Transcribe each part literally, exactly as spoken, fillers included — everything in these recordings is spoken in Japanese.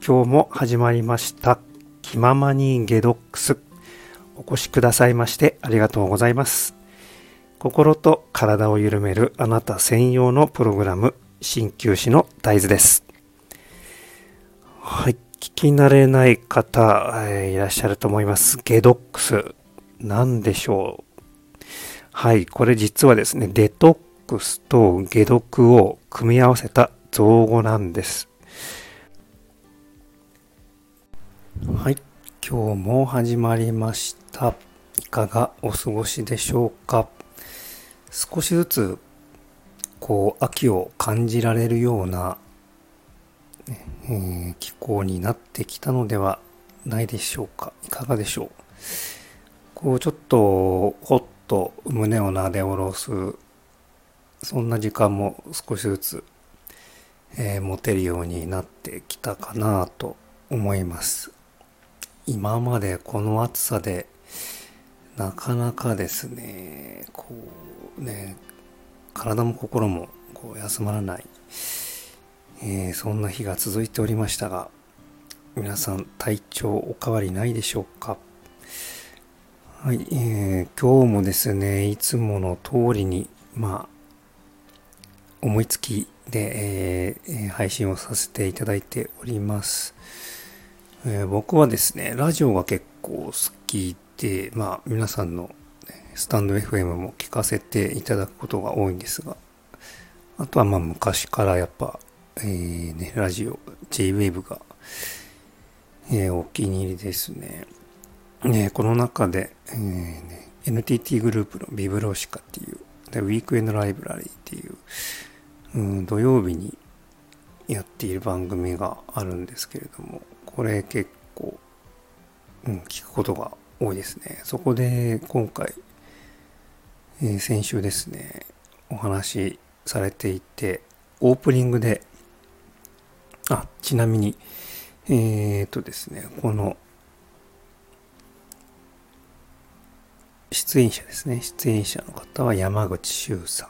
今日も始まりました気ままにゲドックス。お越しくださいましてありがとうございます。心と体を緩めるあなた専用のプログラム、鍼灸師の大豆です。はい、聞き慣れない方、えー、いらっしゃると思います。ゲドックスなんでしょう。はい、これ実はですね、デトックスと解毒を組み合わせた造語なんです。はい、今日も始まりました。いかがお過ごしでしょうか。少しずつこう秋を感じられるような、えー、気候になってきたのではないでしょうか。いかがでしょう。こうちょっとほっと胸をなで下ろす、そんな時間も少しずつ、えー、持てるようになってきたかなと思います。今までこの暑さでなかなかですね、こうね、体も心もこう休まらない、えー、そんな日が続いておりましたが、皆さん体調お変わりないでしょうか。はい、えー、今日もですね、いつもの通りにまあ思いつきで、えー、配信をさせていただいております。えー、僕はですね、ラジオが結構好きで、まあ皆さんのスタンド エフエム も聞かせていただくことが多いんですが、あとはまあ昔からやっぱ、えーね、ラジオ ジェイウェーブ が、えー、お気に入りですね。ね、この中で、えーね、エヌティーティー グループのビブロシカっていう、ウィークエンドライブラリーっていう、うん、土曜日にやっている番組があるんですけれども、これ結構、うん、聞くことが多いですね。そこで今回、えー、先週ですね、お話しされていて、オープニングで、あ、ちなみに、えーとですね、この出演者ですね、出演者の方は山口周さん。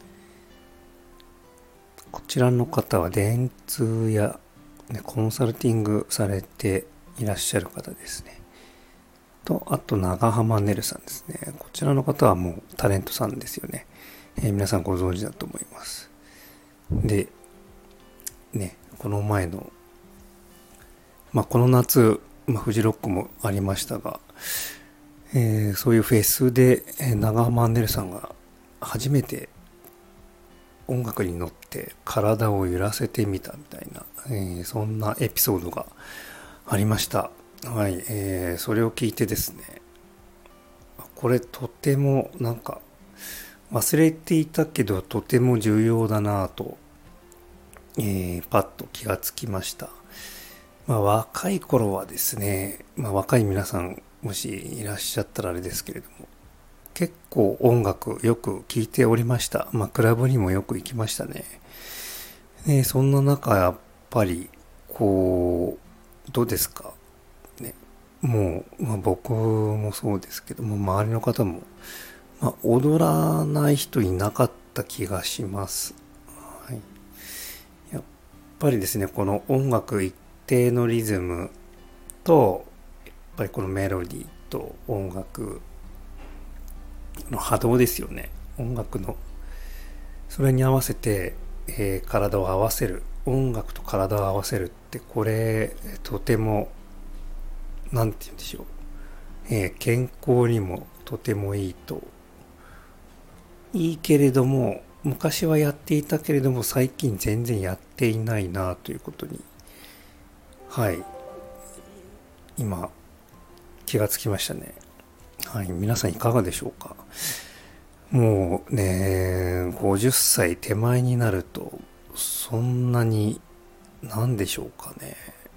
こちらの方は電通や、ね、コンサルティングされていらっしゃる方ですね。と、あと長浜ねるさんですね。こちらの方はもうタレントさんですよね。えー、皆さんご存知だと思います。で、ね、この前の、まあこの夏、まあ、フジロックもありましたが、えー、そういうフェスで、えー、長浜ねるさんが初めて音楽に乗って体を揺らせてみたみたいな、えー、そんなエピソードがありました。はい、えー、それを聞いてですね、これとてもなんか忘れていたけどとても重要だなぁと、えー、パッと気がつきました。まあ若い頃はですね、まあ若い皆さんもしいらっしゃったらあれですけれども、結構音楽よく聴いておりました。まあクラブにもよく行きましたね。でそんな中やっぱりこうどうですかね。もう、まあ、僕もそうですけども、周りの方も、まあ、踊らない人いなかった気がします。はい、やっぱりですね、この音楽一定のリズムと、やっぱりこのメロディーと音楽の波動ですよね。音楽のそれに合わせて、えー、体を合わせる、音楽と体を合わせるって、これとてもなんて言うんでしょう、えー、健康にもとてもいいと、いいけれども昔はやっていたけれども最近全然やっていないなということに、はい今気がつきましたね。はい、皆さんいかがでしょうか。もうね、ごじゅっさい手前になるとそんなになんでしょうかね、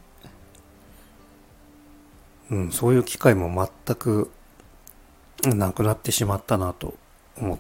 うん、そういう機会も全くなくなってしまったなと思って、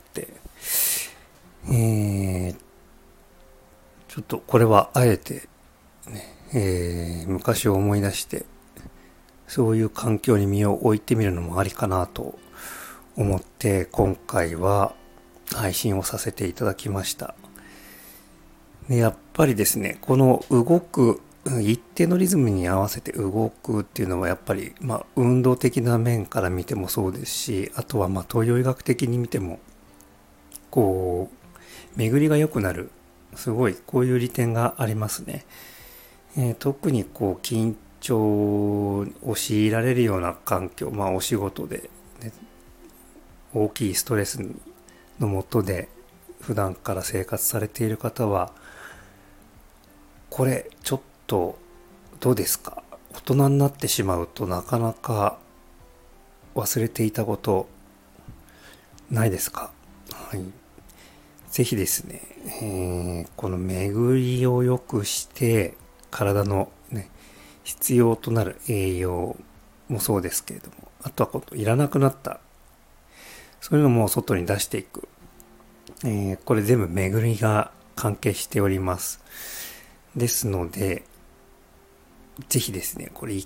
えー、ちょっとこれはあえて、ねえー、昔を思い出してそういう環境に身を置いてみるのもありかなと思って今回は配信をさせていただきました。でやっぱりですね、この動く一定のリズムに合わせて動くっていうのはやっぱり、まあ、運動的な面から見てもそうですし、あとはまあ東洋医学的に見てもこう巡りが良くなる、すごいこういう利点がありますね。えー、特にこう緊張を強いられるような環境、まあお仕事で、ね、大きいストレスの下で普段から生活されている方は、これちょっとどうですか？大人になってしまうとなかなか忘れていたことないですか？はい。ぜひですね、えー、この巡りを良くして体のね、必要となる栄養もそうですけれども、あとはこのいらなくなったそういうのも外に出していく、えー、これ全部巡りが関係しております。ですのでぜひですね、これ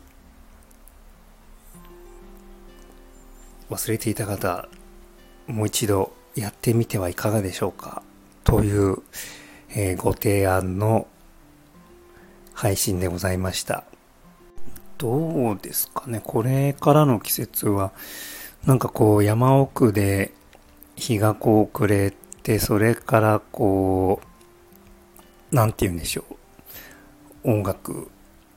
忘れていた方、もう一度やってみてはいかがでしょうかという、えー、ご提案の配信でございました。どうですかね、これからの季節はなんかこう山奥で日がこう暮れて、それからこうなんて言うんでしょう、音楽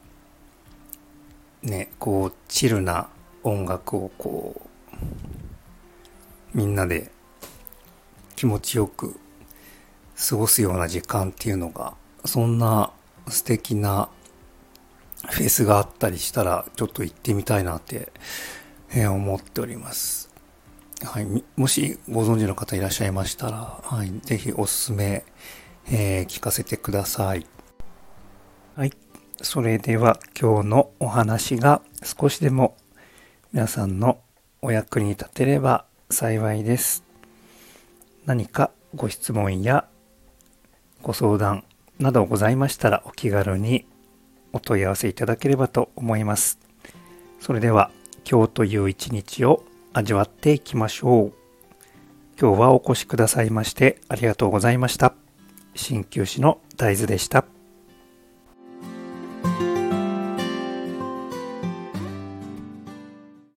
ね、こうチルな音楽をこうみんなで気持ちよく過ごすような時間っていうのが、そんな素敵なフェスがあったりしたらちょっと行ってみたいなって思っております。はい、もしご存知の方いらっしゃいましたら、はい、ぜひおすすめ、えー、聞かせてください。はい、それでは今日のお話が少しでも皆さんのお役に立てれば幸いです。何かご質問やご相談などございましたらお気軽にお問い合わせいただければと思います。それでは今日という一日を味わっていきましょう。今日はお越しくださいましてありがとうございました。鍼灸師の大豆でした。